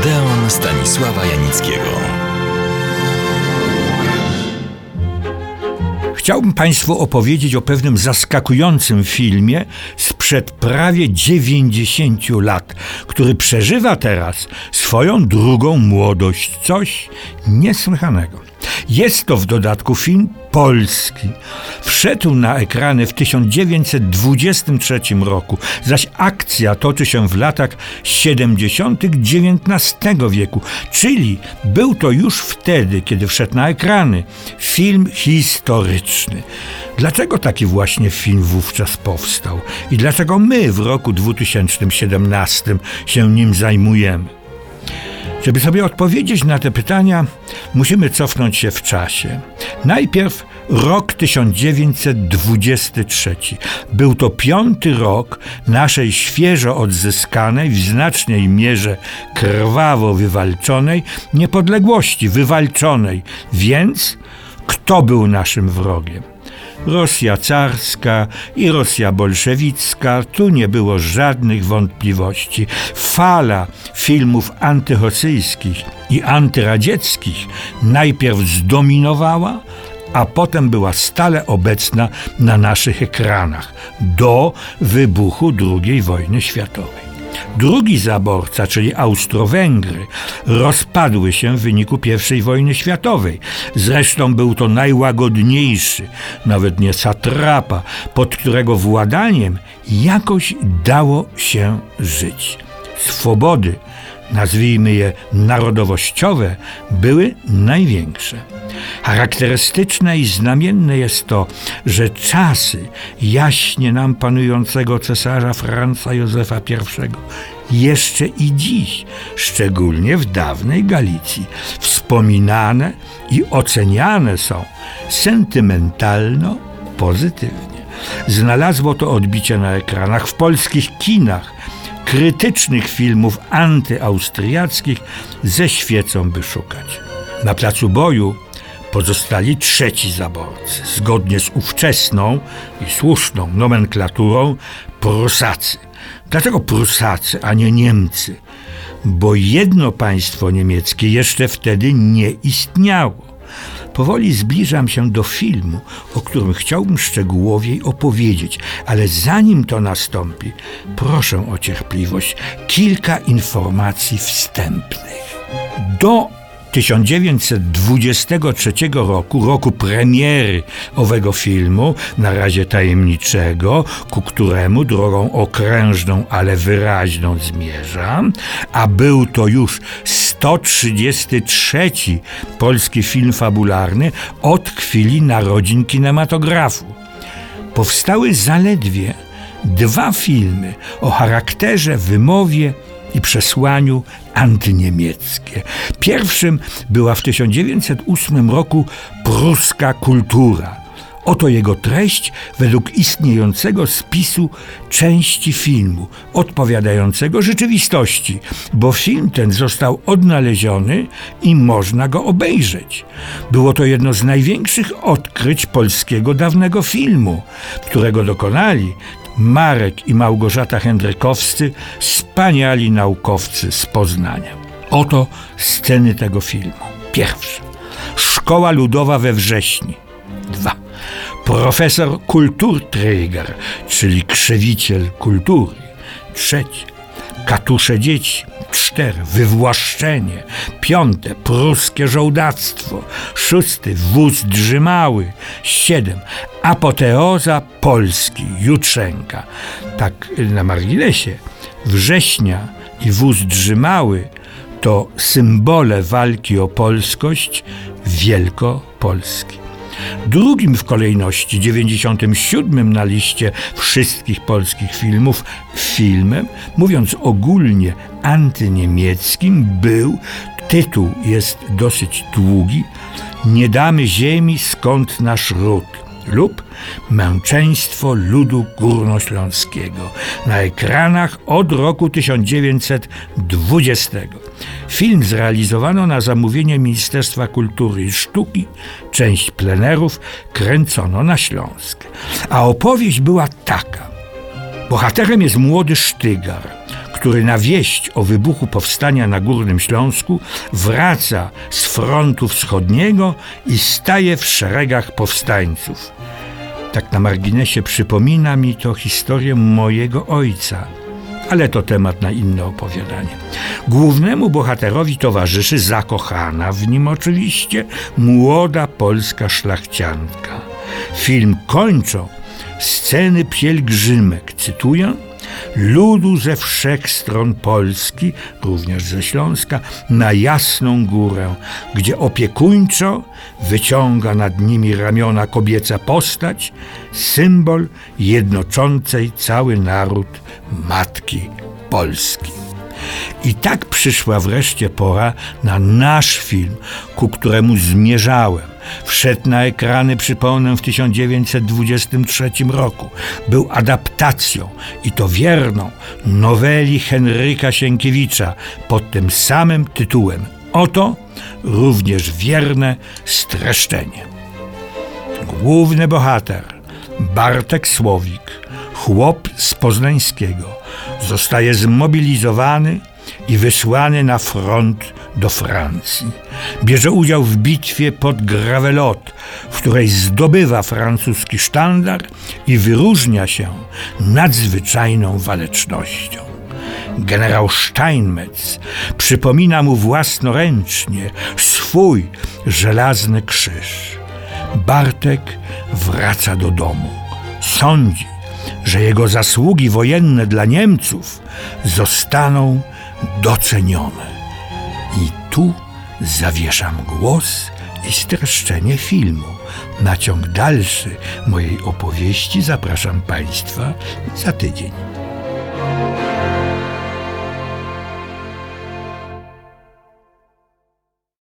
Odeon Stanisława Janickiego. Chciałbym Państwu opowiedzieć o pewnym zaskakującym filmie sprzed prawie 90 lat, który przeżywa teraz swoją drugą młodość. Coś niesłychanego. Jest to w dodatku film polski. Wszedł na ekrany w 1923 roku, zaś akcja toczy się w latach 70. XIX wieku, czyli był to już wtedy, kiedy wszedł na ekrany film historyczny. Dlaczego taki właśnie film wówczas powstał? I dlaczego my w roku 2017 się nim zajmujemy? Żeby sobie odpowiedzieć na te pytania, musimy cofnąć się w czasie. Najpierw rok 1923. Był to 5. rok naszej świeżo odzyskanej, w znacznej mierze krwawo wywalczonej niepodległości, wywalczonej. Więc kto był naszym wrogiem? Rosja carska i Rosja bolszewicka, tu nie było żadnych wątpliwości. Fala filmów antyrosyjskich i antyradzieckich najpierw zdominowała, a potem była stale obecna na naszych ekranach do wybuchu II wojny światowej. Drugi zaborca, czyli Austro-Węgry, rozpadły się w wyniku I wojny światowej. Zresztą był to najłagodniejszy, nawet nie satrapa, pod którego władaniem jakoś dało się żyć. Swobody, nazwijmy je narodowościowe, były największe. Charakterystyczne i znamienne jest to, że czasy jaśnie nam panującego cesarza Franza Józefa I jeszcze i dziś, szczególnie w dawnej Galicji, wspominane i oceniane są sentymentalno, pozytywnie. Znalazło to odbicie na ekranach w polskich kinach, krytycznych filmów antyaustriackich ze świecą by szukać. Na placu boju pozostali trzeci zaborcy, zgodnie z ówczesną i słuszną nomenklaturą Prusacy. Dlaczego Prusacy, a nie Niemcy? Bo jedno państwo niemieckie jeszcze wtedy nie istniało. Powoli zbliżam się do filmu, o którym chciałbym szczegółowiej opowiedzieć, ale zanim to nastąpi, proszę o cierpliwość, kilka informacji wstępnych. Do 1923 roku premiery owego filmu, na razie tajemniczego, ku któremu drogą okrężną, ale wyraźną zmierzam, a był to już 133 polski film fabularny od chwili narodzin kinematografu. Powstały zaledwie 2 filmy o charakterze, wymowie i przesłaniu antyniemieckie. Pierwszym była w 1908 roku Pruska kultura. Oto jego treść według istniejącego spisu części filmu, odpowiadającego rzeczywistości, bo film ten został odnaleziony i można go obejrzeć. Było to jedno z największych odkryć polskiego dawnego filmu, którego dokonali Marek i Małgorzata Hendrykowscy, wspaniali naukowcy z Poznania. Oto sceny tego filmu. Pierwsza. Szkoła ludowa we Wrześni. 2. Profesor Kulturträger, czyli krzewiciel kultury. 3. Katusze dzieci. 4. Wywłaszczenie. 5. Pruskie żołdactwo. 6. Wóz drzymały. 7. Apoteoza Polski. Jutrzenka. Tak na marginesie. Września i wóz drzymały to symbole walki o polskość Wielkopolski. Drugim w kolejności, 97 na liście wszystkich polskich filmów, filmem, mówiąc ogólnie antyniemieckim, był, tytuł jest dosyć długi, Nie damy ziemi, skąd nasz ród lub Męczeństwo ludu górnośląskiego na ekranach od roku 1920. Film zrealizowano na zamówienie Ministerstwa Kultury i Sztuki, część plenerów kręcono na Śląsk. A opowieść była taka. Bohaterem jest młody sztygar, który na wieść o wybuchu powstania na Górnym Śląsku wraca z frontu wschodniego i staje w szeregach powstańców. Tak na marginesie przypomina mi to historię mojego ojca, ale to temat na inne opowiadanie. Głównemu bohaterowi towarzyszy zakochana w nim oczywiście młoda polska szlachcianka. Film kończą sceny pielgrzymek, cytuję: ludu ze wszech stron Polski, również ze Śląska, na Jasną Górę, gdzie opiekuńczo wyciąga nad nimi ramiona kobieca postać, symbol jednoczącej cały naród Matki Polski. I tak przyszła wreszcie pora na nasz film, ku któremu zmierzałem. Wszedł na ekrany, przypomnę, w 1923 roku. Był adaptacją, i to wierną, noweli Henryka Sienkiewicza pod tym samym tytułem. Oto również wierne streszczenie. Główny bohater, Bartek Słowik, chłop z Poznańskiego, zostaje zmobilizowany i wysłany na front do Francji. Bierze udział w bitwie pod Gravelotte, w której zdobywa francuski sztandar i wyróżnia się nadzwyczajną walecznością. Generał Steinmetz przypomina mu własnoręcznie swój żelazny krzyż. Bartek wraca do domu. Sądzi, że jego zasługi wojenne dla Niemców zostaną docenione. I tu zawieszam głos i streszczenie filmu. Na ciąg dalszy mojej opowieści zapraszam Państwa za tydzień.